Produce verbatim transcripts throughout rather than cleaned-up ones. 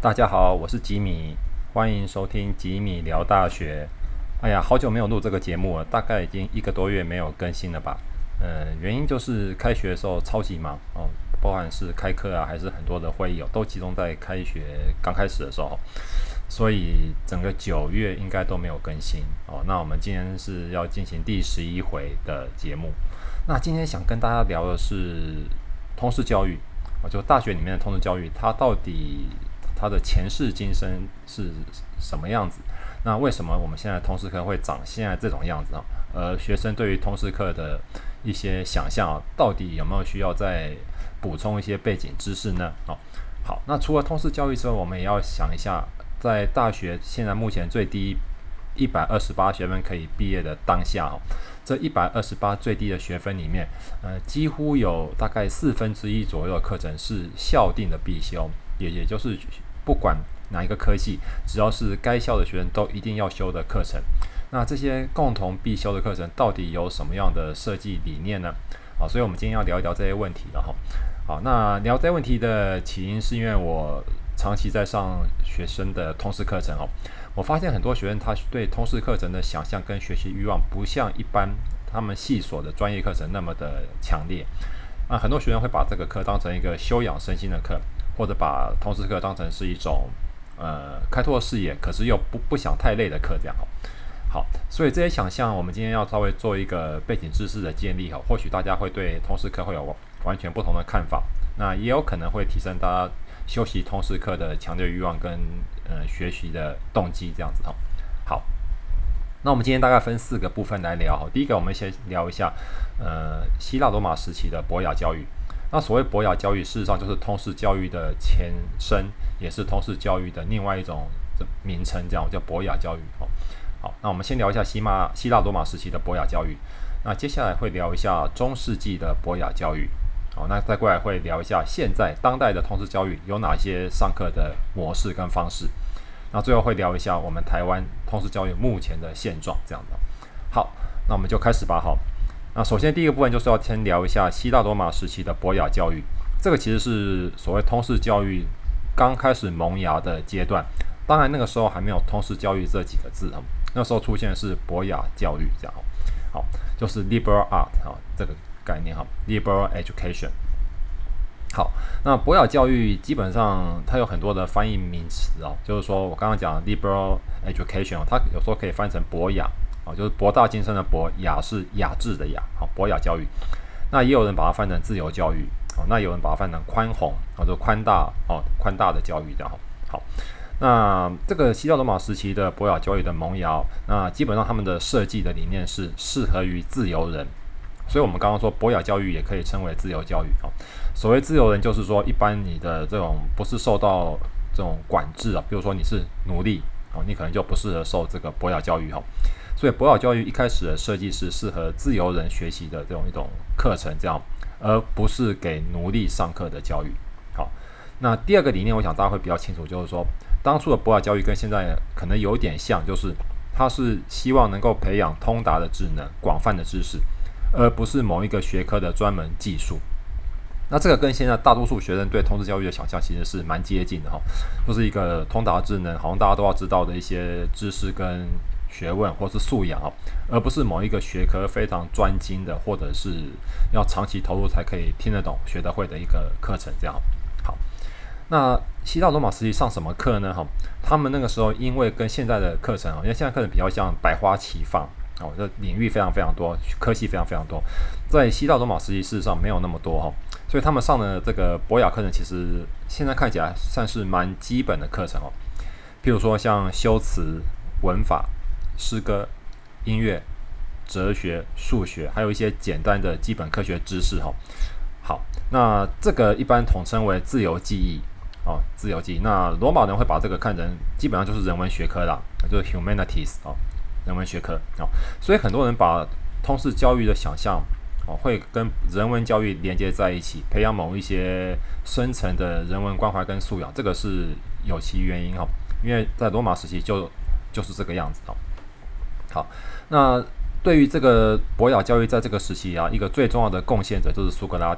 大家好，我是吉米，欢迎收听吉米聊大学。哎呀，好久没有录这个节目了，大概已经一个多月没有更新了吧？呃，原因就是开学的时候超级忙哦，不管是开课啊，还是很多的会议哦，都集中在开学刚开始的时候，所以整个九月应该都没有更新哦。那我们今天是要进行第十一回的节目。那今天想跟大家聊的是通识教育，就大学里面的通识教育，它到底它的前世今生是什么样子？那为什么我们现在通识课会长现在这种样子啊？而学生对于通识课的一些想象啊，到底有没有需要再补充一些背景知识呢？哦，好，那除了通识教育之外，我们也要想一下，在大学现在目前最低一百二十八学分可以毕业的当下哦，这一百二十八最低的学分里面，呃，几乎有大概四分之一左右的课程是校定的必修，也也就是不管哪一个科系，只要是该校的学生都一定要修的课程。那这些共同必修的课程到底有什么样的设计理念呢？好，所以我们今天要聊一聊这些问题了哈。好，那聊这些问题的起因是因为我长期在上学生的通识课程哦，我发现很多学生他对通识课程的想象跟学习欲望不像一般他们系所的专业课程那么的强烈。那很多学生会把这个课当成一个修养身心的课，或者把通识课当成是一种呃开拓视野，可是又不不想太累的课这样哦。好，所以这些想象，我们今天要稍微做一个背景知识的建立哈，或许大家会对通识课会有完全不同的看法，那也有可能会提升大家修习通识课的强烈欲望跟呃学习的动机这样子哈。好，那我们今天大概分四个部分来聊。第一个，我们先聊一下呃希腊罗马时期的博雅教育。那所谓博雅教育，事实上就是通识教育的前身，也是通识教育的另外一种名称，这样叫博雅教育。好，那我们先聊一下希腊希腊罗马时期的博雅教育。那接下来会聊一下中世纪的博雅教育。好，那再过来会聊一下现在当代的通识教育有哪些上课的模式跟方式。那最后会聊一下我们台湾通识教育目前的现状，这样的。好，那我们就开始吧。好，那首先第一个部分就是要先聊一下希腊罗马时期的博雅教育。这个其实是所谓通识教育刚开始萌芽的阶段。当然那个时候还没有通识教育这几个字，那时候出现的是博雅教育，这样。好，就是 liberal art 这个概念哈 liberal education。 好，那博雅教育基本上它有很多的翻译名词哦，就是说我刚刚讲 liberal education， 它有时候可以翻成博雅哦，就是博大精深的博，雅是雅致的雅，好，博雅教育。那也有人把它翻成自由教育哦，那有人把它翻成宽宏哦，就宽大哦，宽大的教育这样。好，那这个希腊罗马时期的博雅教育的萌芽，那基本上他们的设计的理念是适合于自由人。所以我们刚刚说博雅教育也可以称为自由教育。所谓自由人就是说一般你的这种不是受到这种管制啊，比如说你是奴隶，你可能就不适合受这个博雅教育。所以博雅教育一开始的设计是适合自由人学习的这种一种课程，这样，而不是给奴隶上课的教育。好，那第二个理念我想大家会比较清楚，就是说当初的博雅教育跟现在可能有点像，就是它是希望能够培养通达的智能、广泛的知识，而不是某一个学科的专门技术。那这个跟现在大多数学生对通识教育的想象其实是蛮接近的哈，就是一个通达智能，好像大家都要知道的一些知识跟学问或是素养，而不是某一个学科非常专精的，或者是要长期投入才可以听得懂、学得会的一个课程这样。好，那希腊罗马时期上什么课呢？他们那个时候因为跟现在的课程，因为现在课程比较像百花齐放。哦，这领域非常非常多，科系非常非常多，在希腊罗马时期事实上没有那么多哈，所以他们上的这个博雅课程，其实现在看起来算是蛮基本的课程哦。譬如说像修辞、文法、诗歌、音乐、哲学、数学，还有一些简单的基本科学知识哈。好，那这个一般统称为自由记忆哦，自由记忆。那罗马人会把这个看成基本上就是人文学科啦，就是 humanities 哦。人文学科、哦、所以很多人把通识教育的想象、哦、会跟人文教育连接在一起，培养某一些深层的人文关怀跟素养，这个是有其原因、哦、因为在罗马时期就就是这个样子、哦、好，那对于这个博雅教育在这个时期啊，一个最重要的贡献者就是苏格拉底。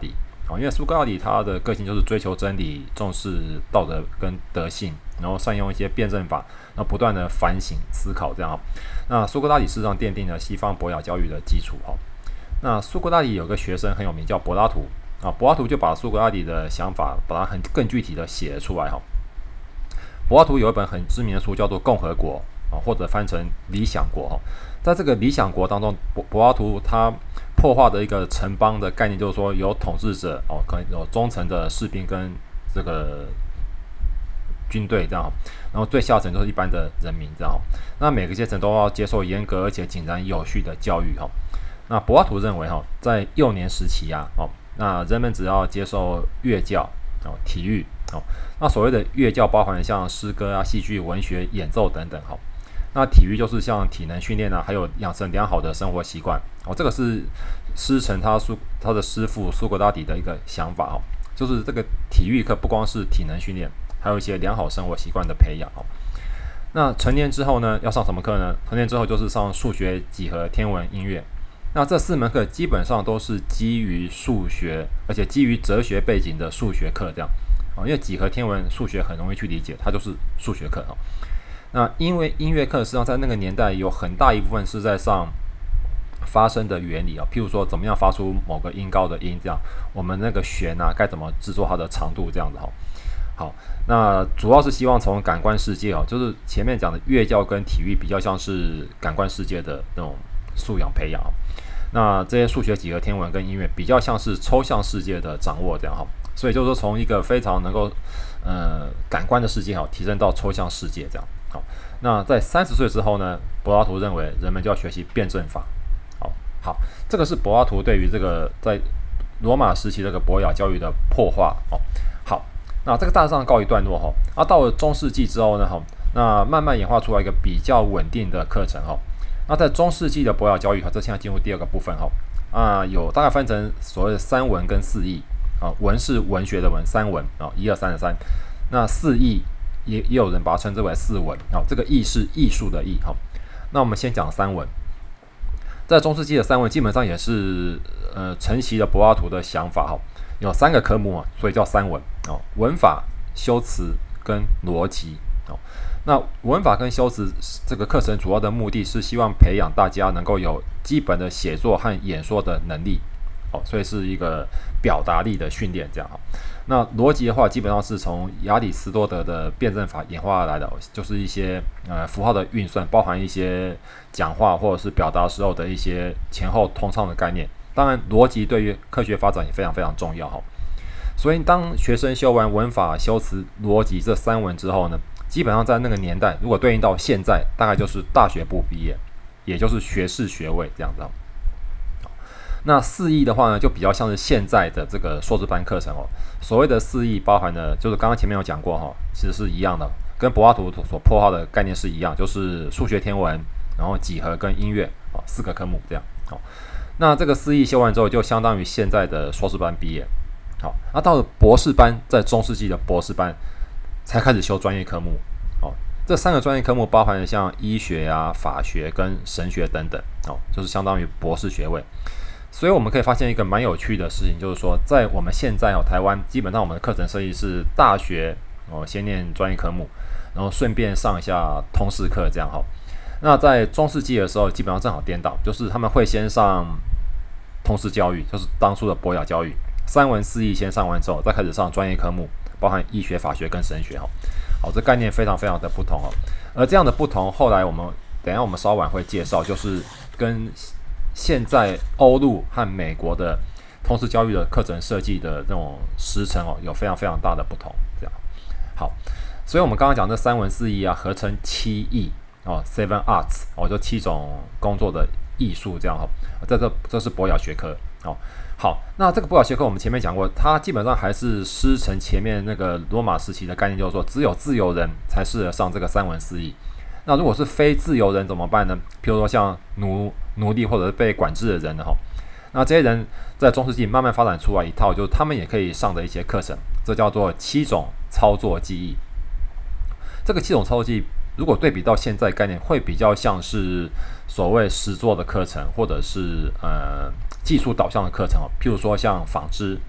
因为苏格拉底他的个性就是追求真理，重视道德跟德性，然后善用一些辩证法，然后不断的反省思考这样。那苏格拉底事实上奠定了西方博雅教育的基础。那苏格拉底有个学生很有名，叫柏拉图啊，柏拉图就把苏格拉底的想法把它很更具体的写了出来哈。柏拉图有一本很知名的书叫做《共和国》啊，或者翻成《理想国》哈。在这个理想国当中，柏柏拉图他破坏的一个城邦的概念，就是说有统治者哦，可能有忠诚的士兵跟这个军队这样，然后最下层就是一般的人民这样。那每个阶层都要接受严格而且井然有序的教育哈。那柏拉图认为哈，在幼年时期啊，哦，那人们只要接受乐教哦，体育哦，那所谓的乐教包含像诗歌啊、戏剧、文学、演奏等等哈。那体育就是像体能训练啊，还有养成良好的生活习惯哦。这个是师承他苏他的师父苏格拉底的一个想法哦，就是这个体育课不光是体能训练，还有一些良好生活习惯的培养哦。那成年之后呢，要上什么课呢？成年之后就是上数学、几何、天文、音乐。那这四门课基本上都是基于数学，而且基于哲学背景的数学课这样啊，因为几何、天文、数学很容易去理解，它就是数学课啊。那因为音乐课实际上在那个年代有很大一部分是在上发声的原理啊，譬如说怎么样发出某个音高的音，这样我们那个弦啊该怎么制作它的长度这样子哈。好，那主要是希望从感官世界哦，就是前面讲的乐教跟体育比较像是感官世界的那种素养培养。那这些数学、几何、天文跟音乐比较像是抽象世界的掌握这样哈，所以就是说从一个非常能够呃感官的世界哈提升到抽象世界这样。好，那在三十岁之后呢，柏拉图认为人们就要学习辩证法。好，好，这个是柏拉图对于这个在罗马时期这个博雅教育的破坏哦。好，那这个大致上告一段落哈。啊，到了中世纪之后呢，哈，那慢慢演化出来一个比较稳定的课程哈。那在中世纪的博雅教育，哈，这现在进入第二个部分哈。啊，有大概分成所谓的三文跟四艺啊，文是文学的文，三文啊，一二三的三。那四艺也也有人把它称之为四文啊，这个艺是艺术的艺哈。那我们先讲三文，在中世纪的三文基本上也是呃承袭了柏拉图的想法哈，有三个科目啊，所以叫三文哦，文法、修辞跟逻辑哦。那文法跟修辞这个课程主要的目的是希望培养大家能够有基本的写作和演说的能力，哦，所以是一个表达力的训练这样哈。那逻辑的话，基本上是从亚里士多德的辩证法演化而来的，就是一些呃符号的运算，包含一些讲话或者是表达时候的一些前后通畅的概念。当然，逻辑对于科学发展也非常非常重要哈。所以，当学生修完文法、修辞、逻辑这三文之后呢，基本上在那个年代，如果对应到现在，大概就是大学部毕业，也就是学士学位这样子。那四艺的话呢，就比较像是现在的这个硕士班课程哦。所谓的四艺包含的，就是刚刚前面有讲过哈，其实是一样的，跟柏拉图所破坏的概念是一样，就是数学、天文，然后几何跟音乐啊，四个科目这样。好，那这个四艺修完之后，就相当于现在的硕士班毕业。好，那到了博士班，在中世纪的博士班才开始修专业科目。哦，这三个专业科目包含了像医学啊、法学跟神学等等，哦，就是相当于博士学位。所以我们可以发现一个蛮有趣的事情，就是说，在我们现在哦，台湾基本上我们的课程设计是大学哦先念专业科目，然后顺便上一下通识课这样哈。那在中世纪的时候，基本上正好颠倒，就是他们会先上通识教育，就是当初的博雅教育。三文四艺先上完之后，再开始上专业科目，包含医学、法学跟神学哈。好，这概念非常非常的不同哦。而这样的不同，后来我们等一下我们稍晚会介绍，就是跟现在欧陆和美国的通识教育的课程设计的这种时程哦，有非常非常大的不同。这样好，所以我们刚刚讲的三文四艺啊，合成七艺哦 ，seven arts 哦，就七种工作的艺术这样哈。这这这是博雅学科哦。好，那这个博雅学科我们前面讲过，它基本上还是师承前面那个罗马时期的概念，就是说只有自由人才适合上这个三文四艺。那如果是非自由人怎么办呢？譬如说像奴奴隶或者是被管制的人呢，哈，那这些人在中世纪慢慢发展出来一套，就是他们也可以上的一些课程，这叫做七种操作技艺。这个七种操作技艺，如果对比到现在概念，会比较像是所谓实作的课程，或者是呃技术导向的课程哦，譬如说像纺织、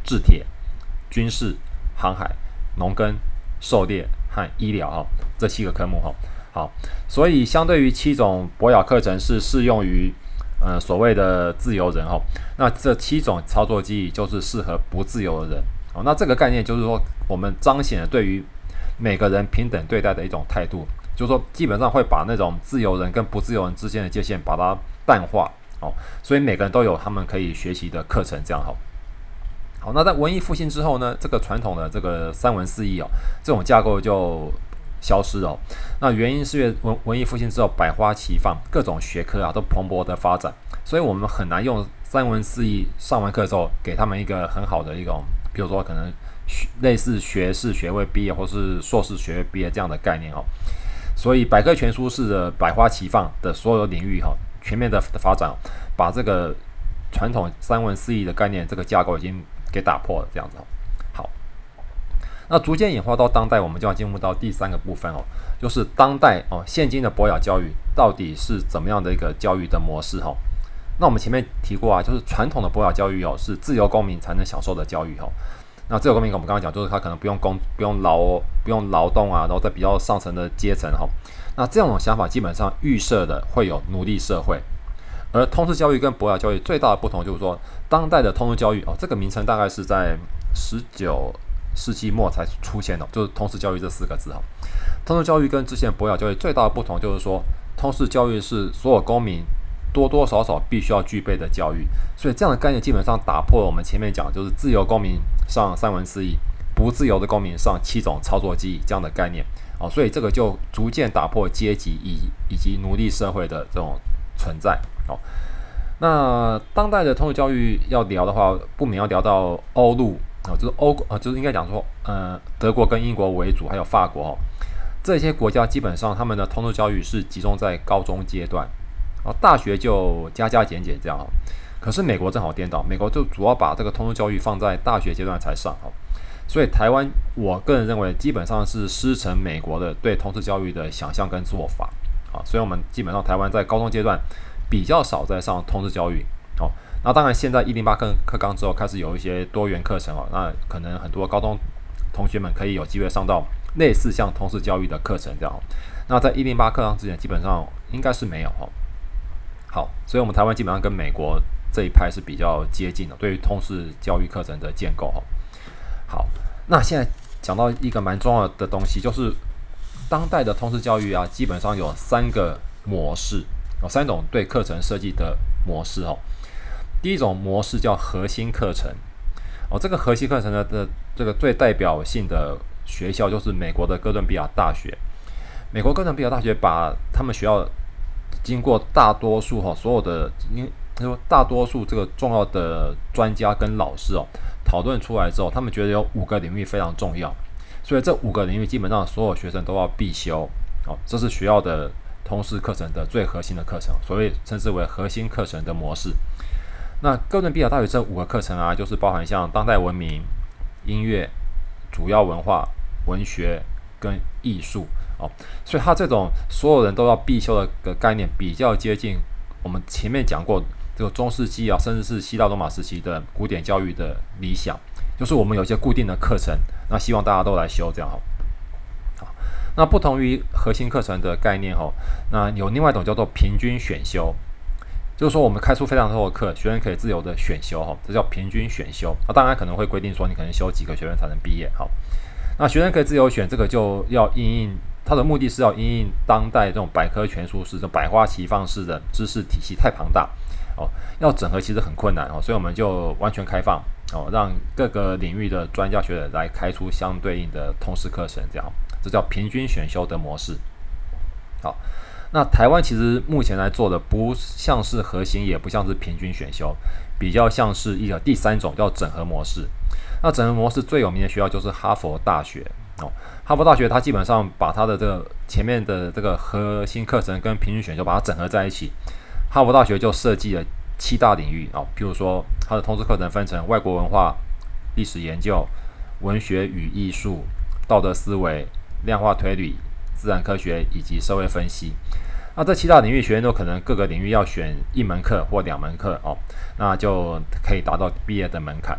制铁、军事、航海、农耕、狩猎和医疗哈，这七个科目哈。好，所以相对于七种博雅课程是适用于呃所谓的自由人哈，那这七种操作记忆就是适合不自由的人。哦，那这个概念就是说，我们彰显了对于每个人平等对待的一种态度，就是说基本上会把那种自由人跟不自由人之间的界限把它淡化。哦，所以每个人都有他们可以学习的课程，这样哈。好，那在文艺复兴之后呢，这个传统的这个三文四艺哦，这种架构就消失了哦。那原因是因为文文艺复兴之后百花齐放，各种学科啊都蓬勃的发展，所以我们很难用三文四艺上完课之后给他们一个很好的一种，比如说可能类似学士学位毕业或是硕士学位毕业这样的概念哦。所以百科全书式的百花齐放的所有领域哈，全面的发展，把这个传统三文四艺的概念这个架构已经给打破了，这样子。好，那逐渐演化到当代，我们就要进入到第三个部分哦，就是当代哦现今的博雅教育到底是怎么样的一个教育的模式哈。那我们前面提过啊，就是传统的博雅教育哦是自由公民才能享受的教育哈。那自由公民我们刚刚讲，就是他可能不用工不用劳不用劳动啊，然后在比较上层的阶层哈。那这种想法基本上预设的会有奴隶社会。而通识教育跟博雅教育最大的不同就是说，当代的通识教育哦，这个名称大概是在十九世纪末才出现的，就是通识教育这四个字哈。通识教育跟之前博雅教育最大的不同就是说，通识教育是所有公民多多少少必须要具备的教育，所以这样的概念基本上打破了我们前面讲就是自由公民上三文四艺，不自由的公民上七种操作记忆这样的概念哦，所以这个就逐渐打破阶级以以及奴隶社会的这种存在哦。那当代的通识教育要聊的话，不免要聊到欧陆哦，就是欧呃，就是应该讲说呃，德国跟英国为主，还有法国哦，这些国家基本上他们的通识教育是集中在高中阶段。哦，大学就加加减减这样哦，可是美国正好颠倒，美国就主要把这个通识教育放在大学阶段才上哦，所以台湾我个人认为基本上是师承美国的对通识教育的想象跟做法啊，所以我们基本上台湾在高中阶段比较少在上通识教育哦。那当然现在一零八课课纲之后开始有一些多元课程哦，那可能很多高中同学们可以有机会上到类似像通识教育的课程这样哦。那在一零八课纲之前基本上应该是没有哦。好，所以我们台湾基本上跟美国这一派是比较接近的，对于通识教育课程的建构。好，那现在讲到一个蛮重要的东西，就是当代的通识教育啊，基本上有三个模式，有三种对课程设计的模式哦。第一种模式叫核心课程哦，这个核心课程的这个最代表性的学校就是美国的哥伦比亚大学。美国哥伦比亚大学把他们学校经过大多数哈所有的，因为大多数这个重要的专家跟老师哦讨论出来之后，他们觉得有五个领域非常重要，所以这五个领域基本上所有学生都要必修哦，这是学校的通识课程的最核心的课程，所谓称之为核心课程的模式。那哥伦比亚大学这五个课程啊，就是包含像当代文明、音乐、主要文化、文学跟艺术。哦，所以它这种所有人都要必修的概念，比较接近我们前面讲过这个中世纪啊，甚至是希腊罗马时期的古典教育的理想，就是我们有一些固定的课程，那希望大家都来修，这样好。好，那不同于核心课程的概念哈，那有另外一种叫做平均选修，就是说我们开出非常多的课，学生可以自由的选修哈，这叫平均选修。那当然可能会规定说你可能修几个学生才能毕业，好，那学生可以自由选，这个就要因应。它的目的是要因应当代这种百科全书式、这种百花齐放式的知识体系太庞大哦，要整合其实很困难哦，所以我们就完全开放哦，让各个领域的专家学者来开出相对应的通识课程，这样这叫平均选修的模式。好，那台湾其实目前来做的不像是核心，也不像是平均选修，比较像是一个第三种叫整合模式。那整合模式最有名的学校就是哈佛大学。哦，哈佛大学它基本上把它的这个前面的这个核心课程跟平均选修把它整合在一起。哈佛大学就设计了七大领域哦，譬如说它的通识课程分成外国文化、历史研究、文学与艺术、道德思维、量化推理、自然科学以及社会分析。那这七大领域学员都可能各个领域要选一门课或两门课哦，那就可以达到毕业的门槛。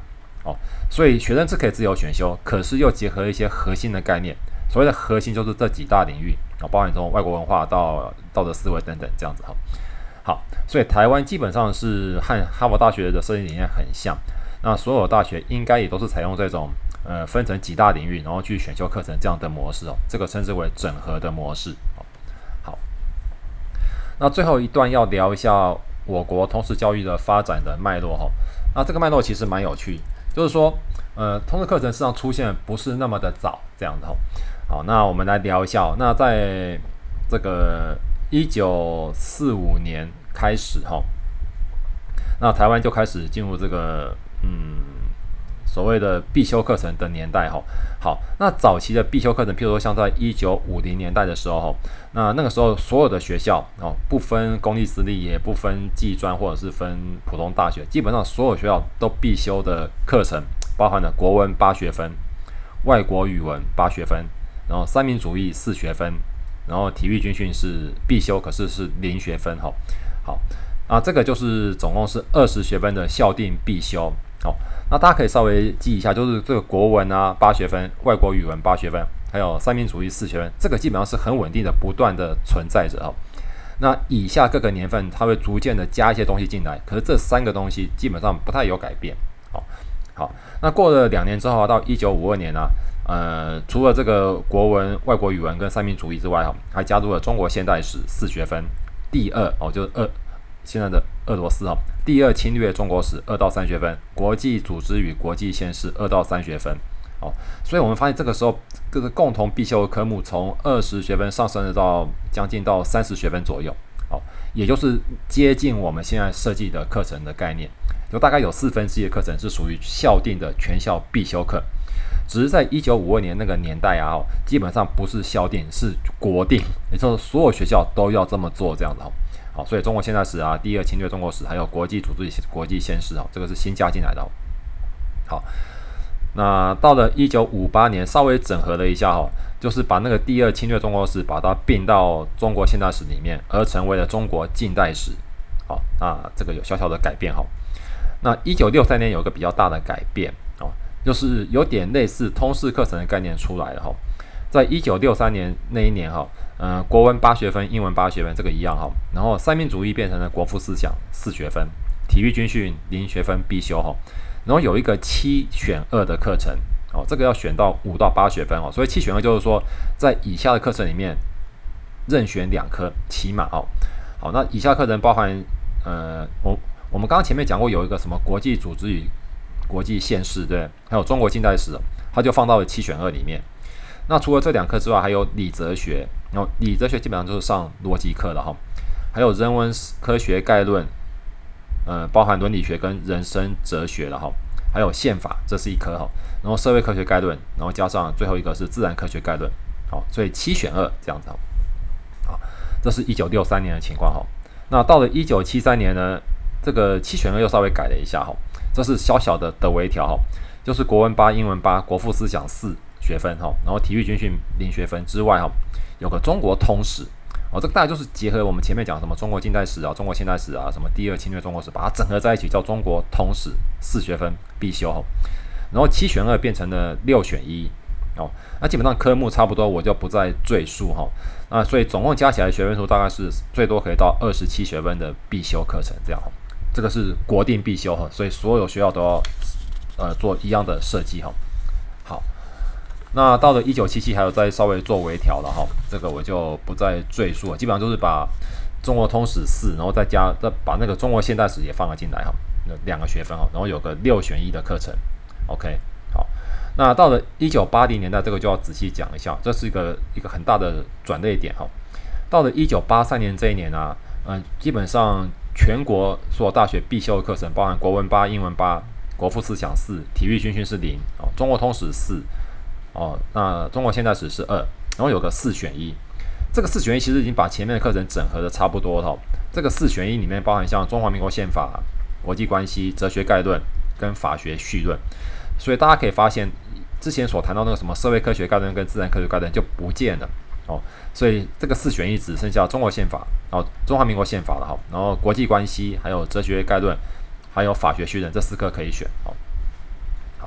哦，所以学生是可以自由选修，可是又结合一些核心的概念。所谓的核心就是这几大领域啊，包含从外国文化到道德思维等等这样子哈。好，所以台湾基本上是和哈佛大学的设计理念很像。那所有大学应该也都是采用这种呃分成几大领域，然后去选修课程这样的模式哦。这个称之为整合的模式。好，那最后一段要聊一下我国通识教育的发展的脉络哈。那这个脉络其实蛮有趣，就是说呃通识课程实际上出现不是那么的早这样的哈。好，那我们来聊一下哦。那在这个一九四五年开始哈，那台湾就开始进入这个嗯所谓的必修课程的年代哈。好，那早期的必修课程，譬如说像在一九五零年代的时候哈，那那个时候所有的学校哦，不分公立私立，也不分技专或者是分普通大学，基本上所有学校都必修的课程，包含了国文八学分、外国语文八学分，然后三民主义四学分，然后体育军训是必修，可是是零学分哈。好，啊，这个就是总共是二十学分的校定必修。好，那大家可以稍微记一下，就是这个国文啊八学分，外国语文八学分，还有三民主义四学分，这个基本上是很稳定的，不断的存在着哈。那以下各个年份，它会逐渐的加一些东西进来，可是这三个东西基本上不太有改变。好，好，那过了两年之后，到一九五二年呢、啊，呃，除了这个国文、外国语文跟三民主义之外，哈，还加入了中国现代史四学分，第二哦，就是二现在的俄罗斯哈，第二侵略中国史二到三学分，国际组织与国际现实二到三学分。哦，所以我们发现这个时候这个共同必修的科目从二十学分上升了到将近到三十学分左右。哦，也就是接近我们现在设计的课程的概念，就大概有四分之一的课程是属于校定的全校必修课。只是在一九五二年那个年代啊，基本上不是校定，是国定，也就是所有学校都要这么做这样的。好，所以中国现代史啊，第二侵略中国史，还有国际组织、国际现实啊，这个是新加进来的。好，那到了一九五八年，稍微整合了一下哈，就是把那个第二侵略中国史把它并到中国现代史里面，而成为了中国近代史。好，那这个有小小的改变哈。那一九六三年有一个比较大的改变哦，就是有点类似通识课程的概念出来了哈。在一九六三年那一年哈，呃，国文八学分，英文八学分，这个一样哈。然后三民主义变成了国父思想四学分，体育军训零学分必修哈。然后有一个七选二的课程哦，这个要选到五到八学分哦。所以七选二就是说，在以下的课程里面任选两科，起码哦。好，那以下课程包含呃，我我们刚刚前面讲过有一个什么国际组织与国际现实，对，还有中国近代史，它就放到了七选二里面。那除了这两科之外，还有理哲学，然后理哲学基本上就是上逻辑课了哈，还有人文科学概论，呃，包含伦理学跟人生哲学了哈，还有宪法，这是一科哈，然后社会科学概论，然后加上最后一个是自然科学概论，好，所以七选二这样子哈，好，这是一九六三年的情况哈。那到了一九七三年呢，这个七选二又稍微改了一下哈，这是小小的的微调哈，就是国文八、英文八、国父思想四学分哈，然后体育军训零学分之外哈，有个中国通史哦，这个大概就是结合我们前面讲什么中国近代史啊、中国现代史啊、什么第二侵略中国史，把它整合在一起叫中国通史四学分必修哈，然后七选二变成了六选一哦，那基本上科目差不多，我就不再赘述哈。那所以总共加起来学分数大概是最多可以到二十七学分的必修课程这样哈，这个是国定必修哈，所以所有学校都要呃做一样的设计哈。好。那到了一九七七，还有再稍微做微调了哈，这个我就不再赘述了。基本上就是把中国通史四，然后再加再把那个中国现代史也放了进来哈，两个学分哈，然后有个六选一的课程。OK， 好，那到了一九八零年代，这个就要仔细讲一下，这是一个一个很大的转捩点哈。到了一九八三年这一年啊，嗯、呃，基本上全国所有大学必修的课程，包含国文八、英文八、国父思想四、体育军训是零哦，中国通史四。哦，那中国现代史是二，然后有个四选一，这个四选一其实已经把前面的课程整合的差不多了。这个四选一里面包含像中华民国宪法、国际关系、哲学概论跟法学绪论，所以大家可以发现，之前所谈到那个什么社会科学概论跟自然科学概论就不见了哦，所以这个四选一只剩下中国宪法，哦，中华民国宪法了哈，然后国际关系，还有哲学概论，还有法学绪论这四科可以选哦。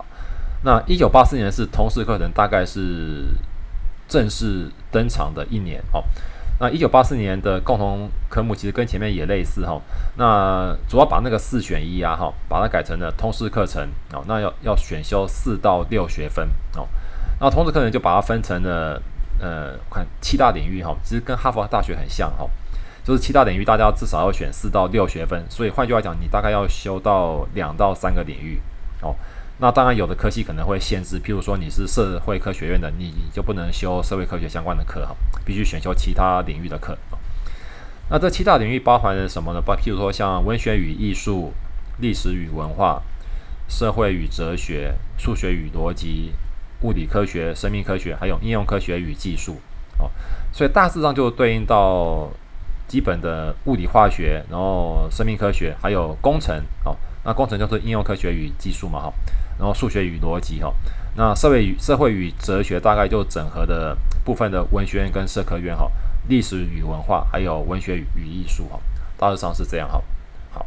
那一九八四年是通识课程大概是正式登场的一年哦。那一九八四年的共同科目其实跟前面也类似哈、哦，那主要把那个四选一啊哈，把它改成了通识课程哦，那要要选修四到六学分哦。那通识课程就把它分成了呃，看七大领域哈、哦，其实跟哈佛大学很像哈、哦，就是七大领域大家至少要选四到六学分，所以换句话讲，你大概要修到两到三个领域哦。那当然，有的科系可能会限制，譬如说你是社会科学院的，你就不能修社会科学相关的课哈，必须选修其他领域的课。那这七大领域包含了什么呢？包譬如说像文学与艺术、历史与文化、社会与哲学、数学与逻辑、物理科学、生命科学，还有应用科学与技术哦。所以大致上就对应到基本的物理化学，然后生命科学，还有工程哦。那工程就是应用科学与技术嘛哈。然后数学与逻辑哈，那社会与社会与哲学大概就整合的部分的文学院跟社科院哈，历史与文化还有文学与艺术哈，大致上是这样哈。好，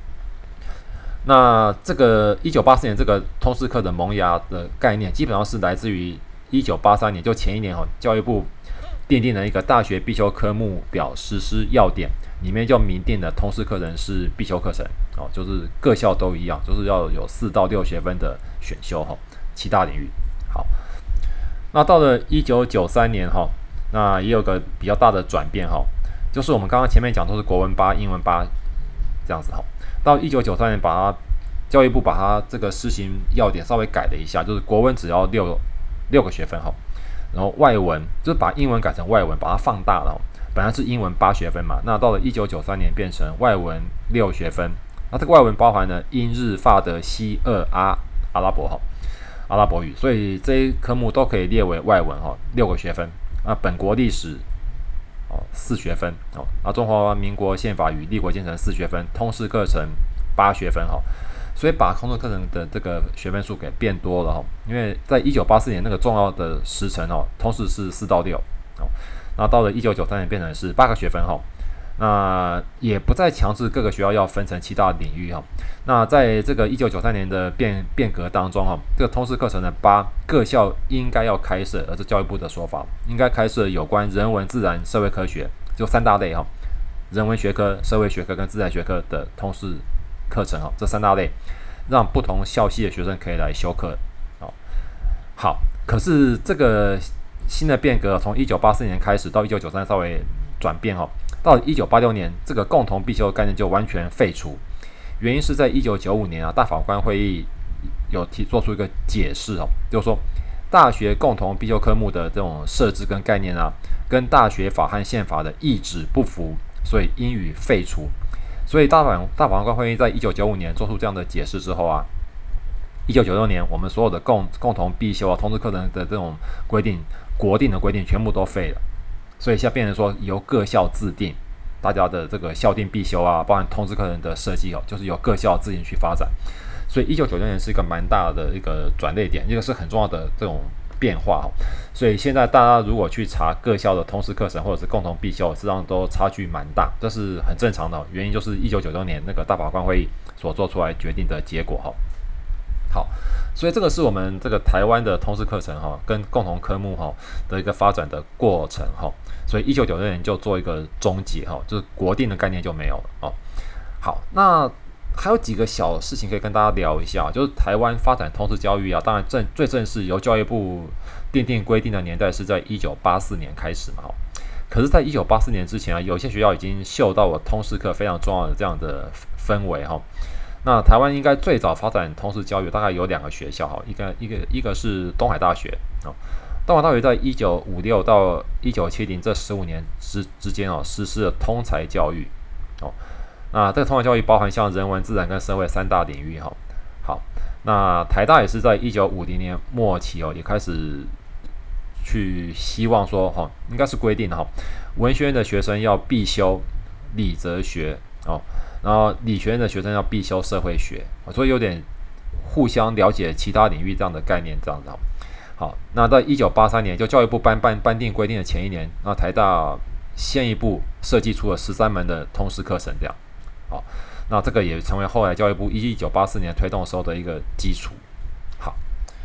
那这个一九八四年这个通识课的萌芽的概念，基本上是来自于一九八三年，就前一年哈，教育部奠定了一个大学必修科目表实施要点，里面就明定的通识课程是必修课程哦，就是各校都一样，就是要有四到六学分的选修哈，七大领域。好，那到了一九九三年哈，那也有个比较大的转变哈，就是我们刚刚前面讲都是国文八、英文八这样子哈，到一九九三年把它教育部把它这个施行要点稍微改了一下，就是国文只要六六个学分哈。然后外文就是把英文改成外文，把它放大了、哦。本来是英文八学分嘛，那到了一九九三年变成外文六学分。那这个外文包含了英日法德西俄阿阿拉伯哈、哦、阿拉伯语，所以这些科目都可以列为外文哈、哦，六个学分。那本国历史哦四学分哦，那中华民国宪法与立国建成四学分，通识课程八学分哈。哦所以把通识课程的这个学分数给变多了哈，因为在一九八四年那个重要的时程哦，通识是四到六哦，那到了一九九三年变成是八个学分哈，那也不再强制各个学校要分成七大领域哈。那在这个一九九三年的变变革当中哈，这个通识课程的八各校应该要开设，而是教育部的说法，应该开设有关人文、自然、社会科学就三大类哈，人文学科、社会学科跟自然学科的通识课程哈，这三大类，让不同校系的学生可以来修课哦。好，可是这个新的变革从一九八四年开始到一九九三稍微转变哈，到一九八六年这个共同必修的概念就完全废除。原因是在一九九五年啊，大法官会议有提做出一个解释哦，就是说大学共同必修科目的这种设置跟概念啊，跟大学法和宪法的意旨不符，所以应予废除。所以大法大法官会议在一九九五年做出这样的解释之后啊，一九九六年我们所有的共共同必修啊、通识课程的这种规定、国定的规定全部都废了，所以现在变成说由各校自定大家的这个校定必修啊，包含通识课程的设计哦，就是由各校自行去发展。所以一九九六年是一个蛮大的一个转捩点，一个是很重要的这种变化哦。所以现在大家如果去查各校的通识课程或者是共同必修，实际上都差距蛮大，这是很正常的、哦。原因就是一九九六年那个大法官会议所做出来决定的结果哈、哦。好，所以这个是我们这个台湾的通识课程哈、哦，跟共同科目哈、哦、的一个发展的过程哈、哦。所以一九九六年就做一个终结哈、哦，就是国定的概念就没有了哦。好，那还有几个小事情可以跟大家聊一下，就是台湾发展通识教育啊，当然正最正式由教育部订定规定的年代是在一九八四年开始嘛，可是，在一九八四年之前啊，有些学校已经嗅到了通识课非常重要的这样的氛围哈。那台湾应该最早发展通识教育，大概有两个学校哈，一个一个一个是东海大学哦，东海大学在一九五六到一九七零这十五年之之间哦，实施了通才教育哦。那这个通才教育包含像人文、自然跟社会三大领域哈。好，那台大也是在一九五零年末期哦，也开始去希望说哈，应该是规定哈，文学院的学生要必修理哲学哦，然后理学院的学生要必修社会学，所以有点互相了解其他领域这样的概念这样子。好，那在一九八三年，就教育部颁颁颁定规定的前一年，那台大先一步设计出了十三门的通识课程这样。好，那这个也成为后来教育部一九八四年推动的时候的一个基础。好，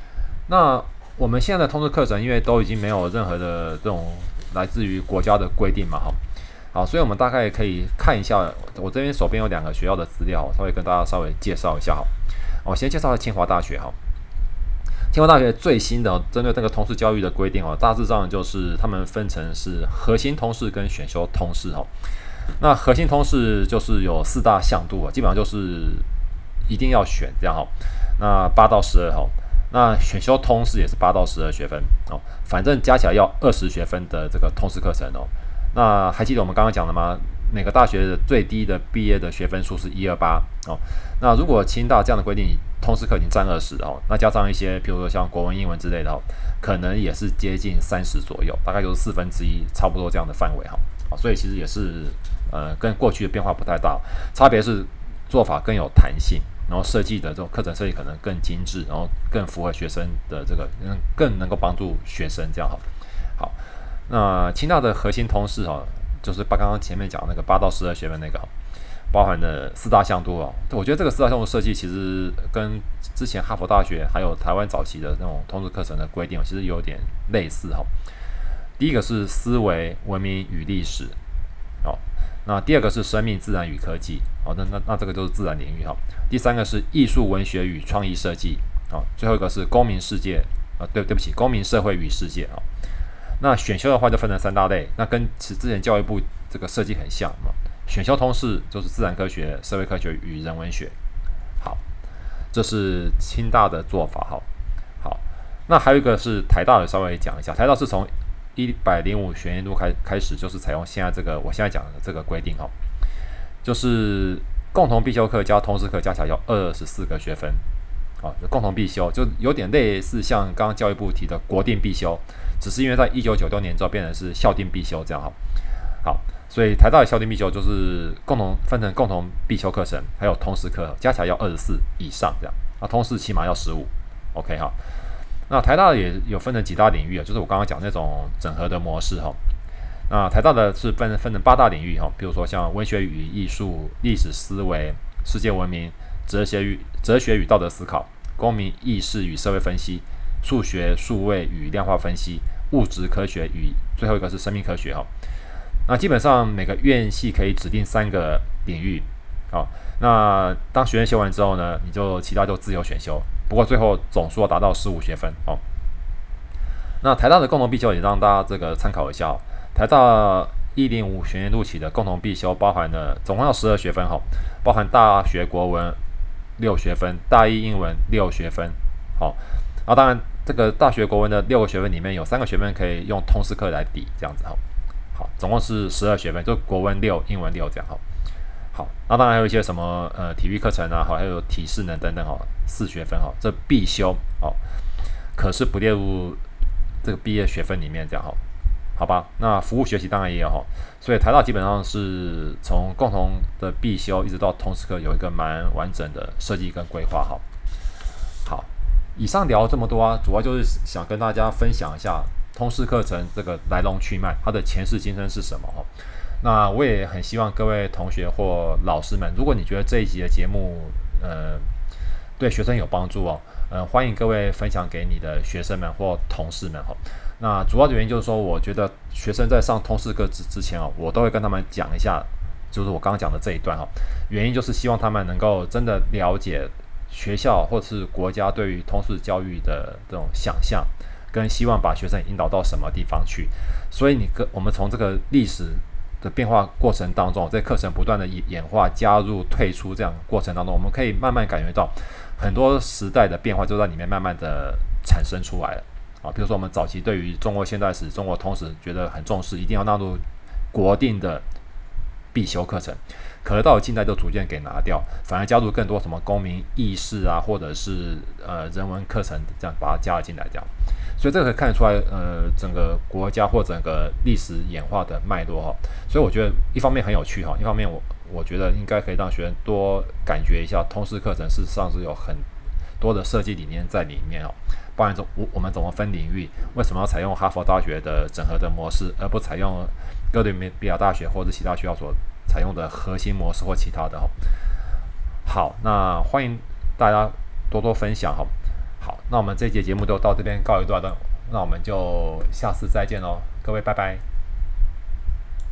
那我们现在的通识课程，因为都已经没有任何的这种来自于国家的规定嘛，哈，好，所以我们大概可以看一下，我这边手边有两个学校的资料，稍微跟大家稍微介绍一下哈。我先介绍清华大学哈。清华大学最新的针对这个通识教育的规定哦，大致上就是他们分成是核心通识跟选修通识哈。那核心通识就是有四大项度啊，基本上就是一定要选这样哈。那八到十二哈，那选修通识也是八到十二学分哦，反正加起来要二十学分的这个通识课程哦。那还记得我们刚刚讲的吗？每个大学的最低的毕业的学分数是一二八哦。那如果清大这样的规定，通识课已经占二十哦，那加上一些，比如说像国文、英文之类的哦，可能也是接近三十左右，大概就是四分之一，差不多这样的范围哈。好，所以其实也是呃跟过去的变化不太大，差别是做法更有弹性，然后设计的这种课程设计可能更精致，然后更符合学生的这个，嗯，更能够帮助学生这样哈。好，那清大的核心通识哈，就是把刚刚前面讲那个八到十二学分那个，包含的四大项度哦。我觉得这个四大项度设计其实跟之前哈佛大学还有台湾早期的那种通识课程的规定，其实有点类似哈。第一个是思维、文明与历史，哦，那第二个是生命、自然与科技，哦，那那那这个就是自然领域哈。第三个是艺术、文学与创意设计，哦，最后一个是公民世界，啊，对对不起，公民社会与世界啊。那选修的话就分成三大类，那跟之前教育部这个设计很像嘛。选修通识就是自然科学、社会科学与人文学。好，这是清大的做法哈。好，那还有一个是台大的，稍微讲一下。台大是从一百零五学年度开开始，就是采用现在这个我现在讲的这个规定哈，就是共同必修课加通识课加起来要二十四个学分。啊，共同必修就有点类似像刚刚教育部提的国定必修，只是因为在一九九六年之后变成是校定必修这样哈。好，所以台大的校定必修就是共同分成共同必修课程，还有通识课，加起来要二十四以上这样。那通识起码要十五 ，OK 哈。那台大也有分成几大领域啊，就是我刚刚讲那种整合的模式哈。那台大的是分分成八大领域哈，比如说像文学与艺术、历史思维、世界文明、哲学与哲学与道德思考、公民意识与社会分析、数学、数位与量化分析、物质科学与最后一个是生命科学哈。那基本上每个院系可以指定三个领域，好，那当学院修完之后呢，你就其他就自由选修，不过最后总数要达到十五学分哦。那台大的共同必修也让大家这个参考一下哦。台大一零五学年度起的共同必修包含了总共要十二学分哈，包含大学国文六学分，大一英文六学分，好，然后当然这个大学国文的六个学分里面有三个学分可以用通识课来抵，这样子哈，好，总共是十二学分，就国文六，英文六这样哈。好，那当然还有一些什么呃体育课程啊，好，还有体适能等等哈，四学分哈，这必修哦，可是不列入这个毕业学分里面这样哈。好吧，那服务学习当然也有哈，所以台大基本上是从共同的必修一直到通识课有一个蛮完整的设计跟规划哈。好，以上聊这么多啊，主要就是想跟大家分享一下通识课程这个来龙去脉，它的前世今生是什么哈。那我也很希望各位同学或老师们，如果你觉得这一集的节目呃对学生有帮助哦，呃欢迎各位分享给你的学生们或同事们哈。那主要的原因就是说，我觉得学生在上通识课之之前哦，我都会跟他们讲一下，就是我刚刚讲的这一段哈。原因就是希望他们能够真的了解学校或是国家对于通识教育的这种想象，跟希望把学生引导到什么地方去。所以你跟我们从这个历史的变化过程当中，在课程不断的演化、加入、退出这样过程当中，我们可以慢慢感觉到很多时代的变化就在里面慢慢的产生出来了。啊，比如说我们早期对于中国现代史、中国通史觉得很重视，一定要纳入国定的必修课程，可是到了近代就逐渐给拿掉，反而加入更多什么公民意识啊，或者是呃人文课程，这样把它加了进来，这样，所以这个可以看得出来，呃，整个国家或整个历史演化的脉络哈。所以我觉得一方面很有趣哈，一方面我我觉得应该可以让学生多感觉一下通识课程事实上是有很多的设计理念在里面哦。包含我我们怎么分领域？为什么要采用哈佛大学的整合的模式，而不采用哥伦比亚大学或者其他学校所采用的核心模式或其他的哈？好，那欢迎大家多多分享哈。 好，那我们这一节节目就到这边告一段落，那我们就下次再见喽，各位拜拜。